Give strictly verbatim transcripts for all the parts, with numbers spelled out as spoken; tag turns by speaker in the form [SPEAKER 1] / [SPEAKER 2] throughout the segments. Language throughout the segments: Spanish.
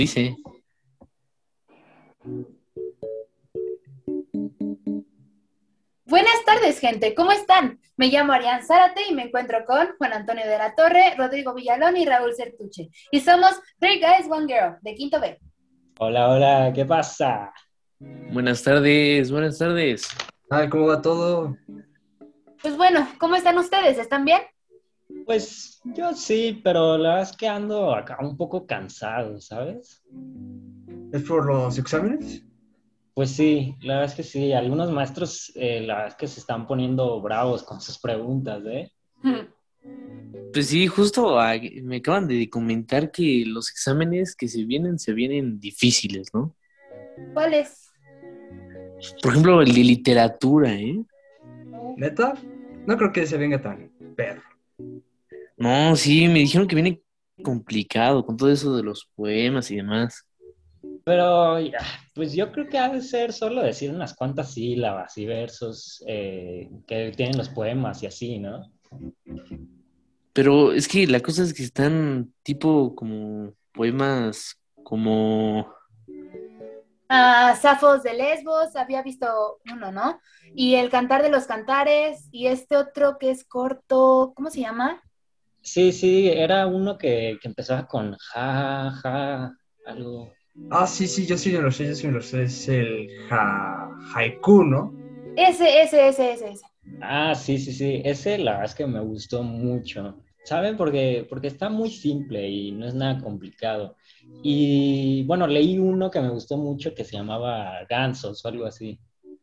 [SPEAKER 1] Dice,
[SPEAKER 2] Buenas tardes, gente. ¿Cómo están? Me llamo Arián Zárate y me encuentro con Juan Antonio de la Torre, Rodrigo Villalón y Raúl Certuche. Y somos Three Guys, One Girl, de Quinto B.
[SPEAKER 3] Hola, hola, ¿qué pasa?
[SPEAKER 1] buenas tardes, buenas tardes.
[SPEAKER 4] Ah, ¿cómo va todo?
[SPEAKER 2] Pues bueno, ¿cómo están ustedes? ¿Están bien?
[SPEAKER 3] Pues yo sí, pero la verdad es que ando acá un poco cansado, ¿sabes?
[SPEAKER 4] ¿Es por los exámenes?
[SPEAKER 3] Pues sí, la verdad es que sí, algunos maestros eh, la verdad es que se están poniendo bravos con sus preguntas, ¿eh?
[SPEAKER 1] Pues sí, justo ah, me acaban de comentar que los exámenes que se vienen, se vienen difíciles, ¿no?
[SPEAKER 2] ¿Cuáles?
[SPEAKER 1] Por ejemplo, el de literatura, ¿eh?
[SPEAKER 4] ¿Neta? No creo que se venga tan perro.
[SPEAKER 1] No, sí, me dijeron que viene complicado con todo eso de los poemas y demás.
[SPEAKER 3] Pero ya, pues yo creo que ha de ser solo decir unas cuantas sílabas y versos eh, que tienen los poemas y así, ¿no?
[SPEAKER 1] Pero es que la cosa es que están tipo como poemas como...
[SPEAKER 2] Ah, Safos de Lesbos, había visto uno, ¿no? Y El Cantar de los Cantares, y este otro que es corto, ¿cómo se llama?
[SPEAKER 3] Sí, sí, era uno que, que empezaba con ja, ja, algo.
[SPEAKER 4] Ah, sí, sí, yo sí me lo sé, yo sí me lo sé. Es el ha- haiku, ¿no?
[SPEAKER 2] Ese, ese, ese, ese, ese.
[SPEAKER 3] Ah, sí, sí, sí, ese la verdad es que me gustó mucho, ¿saben? Porque, porque está muy simple y no es nada complicado. Y bueno, leí uno que me gustó mucho que se llamaba Gansos o algo así.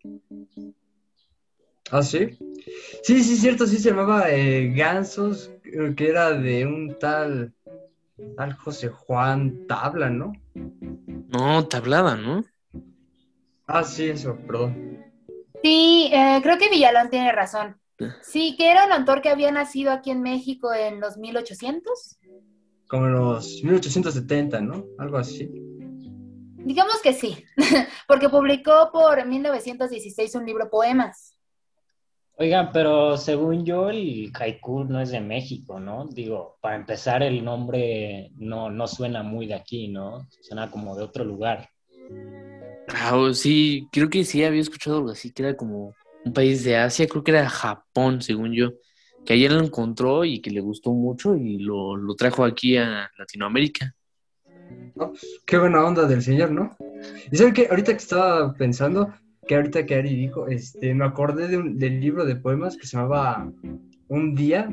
[SPEAKER 4] Ah, sí. Sí, sí, cierto, sí se llamaba eh, Gansos, creo que era de un tal, tal José Juan Tabla, ¿no?
[SPEAKER 1] No, tablada, ¿no?
[SPEAKER 4] Ah, sí, eso, perdón.
[SPEAKER 2] Sí, eh, creo que Villalón tiene razón. Sí, que era un autor que había nacido aquí en México en los mil ochocientos.
[SPEAKER 4] Como en los mil ochocientos setenta, ¿no? Algo así.
[SPEAKER 2] Digamos que sí, porque publicó por mil novecientos dieciséis un libro poemas.
[SPEAKER 3] Oigan, pero según yo el haiku no es de México, ¿no? Digo, para empezar el nombre no, no suena muy de aquí, ¿no? Suena como de otro lugar.
[SPEAKER 1] Ah, o sí, creo que sí había escuchado algo así, que era como un país de Asia, creo que era Japón, según yo, que ayer lo encontró y que le gustó mucho y lo, lo trajo aquí a Latinoamérica.
[SPEAKER 4] Ah, pues, qué buena onda del señor, ¿no? Y saben que ahorita que estaba pensando, que ahorita que Ari dijo, este, me acordé de un- del libro de poemas que se llamaba Un día,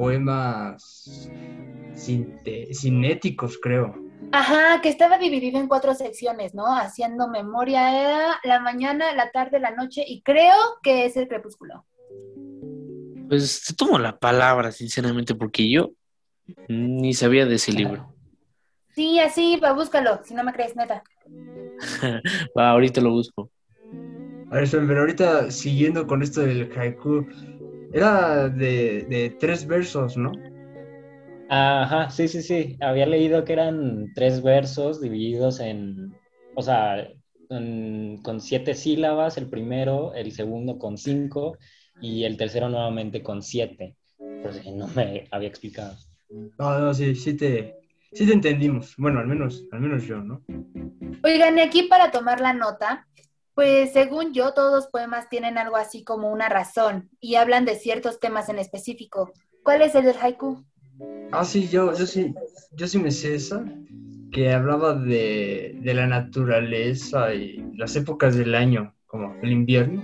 [SPEAKER 4] poemas sinte- cinéticos, creo.
[SPEAKER 2] Ajá, que estaba dividido en cuatro secciones, ¿no? Haciendo memoria era la mañana, la tarde, la noche y creo que es el crepúsculo.
[SPEAKER 1] Pues te tomo la palabra, sinceramente, porque yo ni sabía de ese libro.
[SPEAKER 2] Sí, así, va, búscalo, si no me crees, neta.
[SPEAKER 1] Va, ahorita lo busco.
[SPEAKER 4] A ver, esperen, pero ahorita siguiendo con esto del haiku, era de, de tres versos, ¿no?
[SPEAKER 3] Ajá, sí, sí, sí. Había leído que eran tres versos divididos en, o sea, en- con siete sílabas, el primero, el segundo con cinco y el tercero nuevamente con siete. Por si no me había explicado.
[SPEAKER 4] No, no, sí, sí te, sí te entendimos. Bueno, al menos, al menos yo, ¿no?
[SPEAKER 2] Oigan, y aquí para tomar la nota, pues según yo, todos los poemas tienen algo así como una razón y hablan de ciertos temas en específico. ¿Cuál es el del haiku?
[SPEAKER 4] Ah, sí, yo, yo sí, yo sí me sé esa, que hablaba de, de la naturaleza y las épocas del año, como el invierno.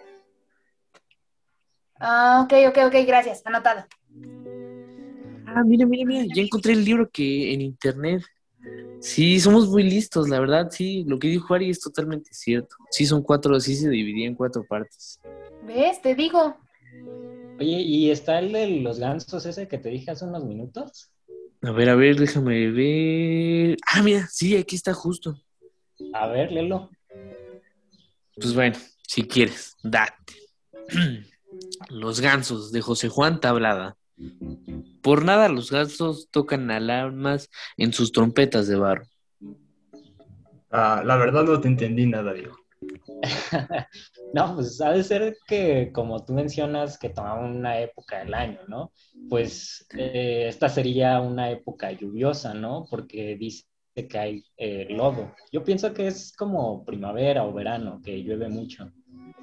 [SPEAKER 2] Ah, ok, ok, ok, gracias, anotado.
[SPEAKER 1] Ah, mira, mira, mira, ya encontré el libro que en internet. Sí, somos muy listos, la verdad, sí, lo que dijo Ari es totalmente cierto. Sí, son cuatro, sí se dividía en cuatro partes.
[SPEAKER 2] ¿Ves? Te digo.
[SPEAKER 3] Oye, ¿y está el de los gansos ese que te dije hace unos minutos?
[SPEAKER 1] A ver, a ver, déjame ver. Ah, mira, sí, aquí está justo.
[SPEAKER 3] A ver, léelo.
[SPEAKER 1] Pues bueno, si quieres, date. Los gansos de José Juan Tablada. Por nada los gansos tocan alarmas en sus trompetas de barro.
[SPEAKER 4] Ah, la verdad no te entendí nada, dijo.
[SPEAKER 3] No, pues ha de ser que, como tú mencionas, que toma una época del año, ¿no? Pues eh, esta sería una época lluviosa, ¿no? Porque dice que cae eh, lodo. Yo pienso que es como primavera o verano, que llueve mucho.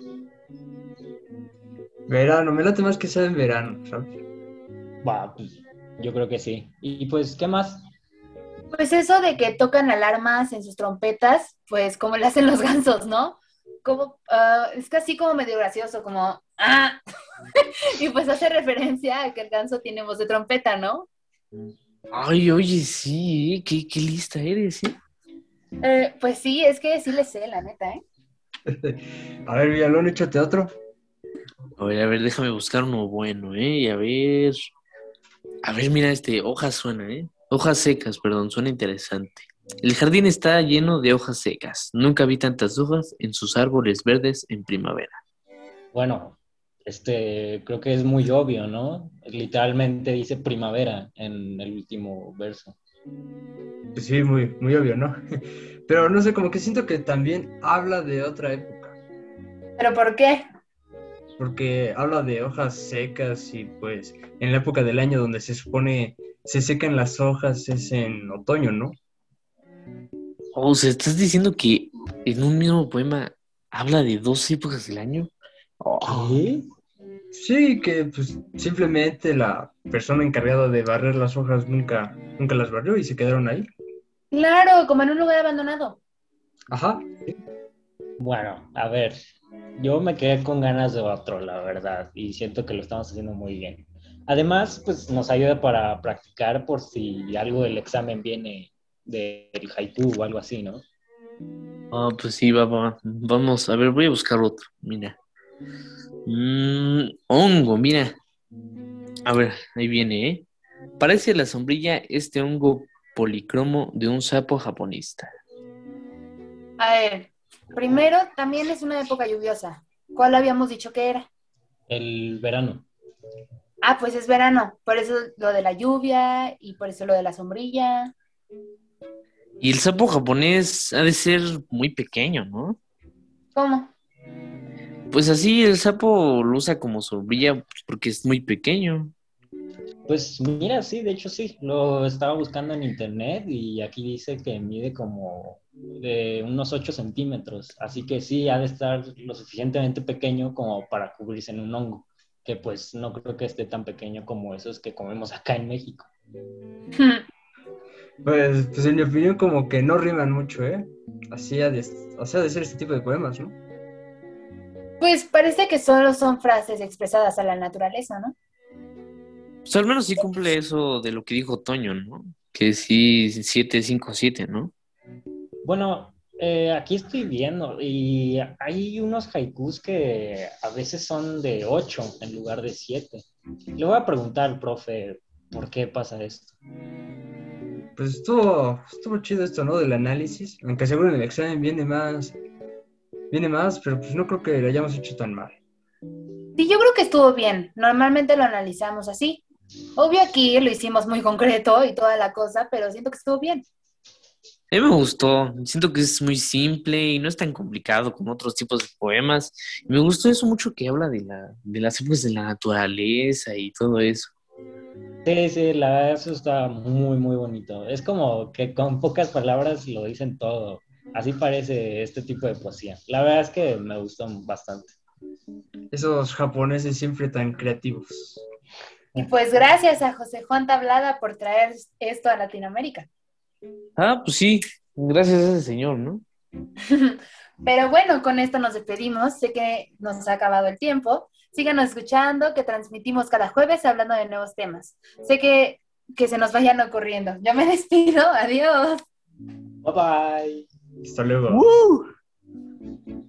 [SPEAKER 4] Verano, me late más que sea en verano, ¿sabes?
[SPEAKER 3] Bah, pues, yo creo que sí. Y pues, ¿qué más?
[SPEAKER 2] Pues eso de que tocan alarmas en sus trompetas, pues como le hacen los gansos, ¿no? Como, ah, es casi como medio gracioso, como, ¡ah! Y pues hace referencia a que el ganso tiene voz de trompeta, ¿no?
[SPEAKER 1] Ay, oye, sí, ¿eh? ¿Qué, qué lista eres, eh?
[SPEAKER 2] Eh, pues sí, es que sí le sé, la neta, ¿eh?
[SPEAKER 4] A ver, Villalón, échate otro.
[SPEAKER 1] A ver, a ver, déjame buscar uno bueno, ¿eh? Y a ver. A ver, mira, este, hojas suena, ¿eh? Hojas secas, perdón, suena interesante. El jardín está lleno de hojas secas. Nunca vi tantas hojas en sus árboles verdes en primavera.
[SPEAKER 3] Bueno, este, creo que es muy obvio, ¿no? Literalmente dice primavera en el último verso.
[SPEAKER 4] Pues sí, muy, muy obvio, ¿no? Pero no sé, como que siento que también habla de otra época,
[SPEAKER 2] ¿Pero por qué?
[SPEAKER 4] porque habla de hojas secas y pues en la época del año donde se supone se secan las hojas es en otoño, ¿no?
[SPEAKER 1] O sea, ¿estás diciendo que en un mismo poema habla de dos épocas del año? Oh,
[SPEAKER 3] ¿Qué?
[SPEAKER 4] Sí, que pues simplemente la persona encargada de barrer las hojas nunca, nunca las barrió y se quedaron ahí.
[SPEAKER 2] Claro, como en un lugar abandonado.
[SPEAKER 4] Ajá.
[SPEAKER 3] Bueno, a ver, yo me quedé con ganas de otro, la verdad, y siento que lo estamos haciendo muy bien. Además, pues nos ayuda para practicar por si algo del examen viene del haiku o algo así, ¿no?
[SPEAKER 1] ah, pues sí, va, va. Vamos, a ver, voy a buscar otro. Mira. Mm, hongo, mira. A ver, ahí viene, ¿eh? Parece la sombrilla este hongo policromo de un sapo japonista.
[SPEAKER 2] A ver, primero también es una época lluviosa. ¿Cuál habíamos dicho que era?
[SPEAKER 3] El verano.
[SPEAKER 2] Ah, pues es verano, por eso lo de la lluvia y por eso lo de la sombrilla.
[SPEAKER 1] Y el sapo japonés ha de ser muy pequeño, ¿no?
[SPEAKER 2] ¿Cómo?
[SPEAKER 1] Pues así el sapo lo usa como sombrilla pues, porque es muy pequeño.
[SPEAKER 3] Pues mira, sí, de hecho sí, lo estaba buscando en internet y aquí dice que mide como de unos ocho centímetros, así que sí, ha de estar lo suficientemente pequeño como para cubrirse en un hongo, que pues no creo que esté tan pequeño como esos que comemos acá en México.
[SPEAKER 4] Pues, pues en mi opinión como que no riman mucho, ¿eh? Así ha de, o sea, de ser este tipo de poemas, ¿no?
[SPEAKER 2] Pues parece que solo son frases expresadas a la naturaleza, ¿no?
[SPEAKER 1] Pues al menos sí cumple eso de lo que dijo Toño, ¿no? Que sí, siete cinco siete, ¿no?
[SPEAKER 3] Bueno, eh, aquí estoy viendo y hay unos haikus que a veces son de ocho en lugar de siete. Le voy a preguntar al profe por qué pasa esto.
[SPEAKER 4] Pues estuvo, estuvo chido esto, ¿no? Del análisis, aunque seguro en el examen viene más, viene más, pero pues no creo que lo hayamos hecho tan mal.
[SPEAKER 2] Sí, yo creo que estuvo bien. Normalmente lo analizamos así. Obvio aquí lo hicimos muy concreto y toda la cosa, pero siento que estuvo bien.
[SPEAKER 1] A mí me gustó, siento que es muy simple y no es tan complicado como otros tipos de poemas. Y me gustó eso mucho que habla de la, de las épocas de la naturaleza y todo eso.
[SPEAKER 3] Sí, sí, la verdad eso está muy, muy bonito. Es como que con pocas palabras lo dicen todo. Así parece este tipo de poesía. La verdad es que me gustó bastante.
[SPEAKER 4] Esos japoneses siempre tan creativos.
[SPEAKER 2] Y pues gracias a José Juan Tablada por traer esto a Latinoamérica.
[SPEAKER 1] Ah, pues sí, gracias a ese señor, ¿no?
[SPEAKER 2] Pero bueno, con esto nos despedimos. Sé que nos ha acabado el tiempo. Síganos escuchando, que transmitimos cada jueves hablando de nuevos temas. Sé que, que se nos vayan ocurriendo. Yo me despido. Adiós.
[SPEAKER 3] Bye bye.
[SPEAKER 4] Hasta luego.
[SPEAKER 1] ¡Woo!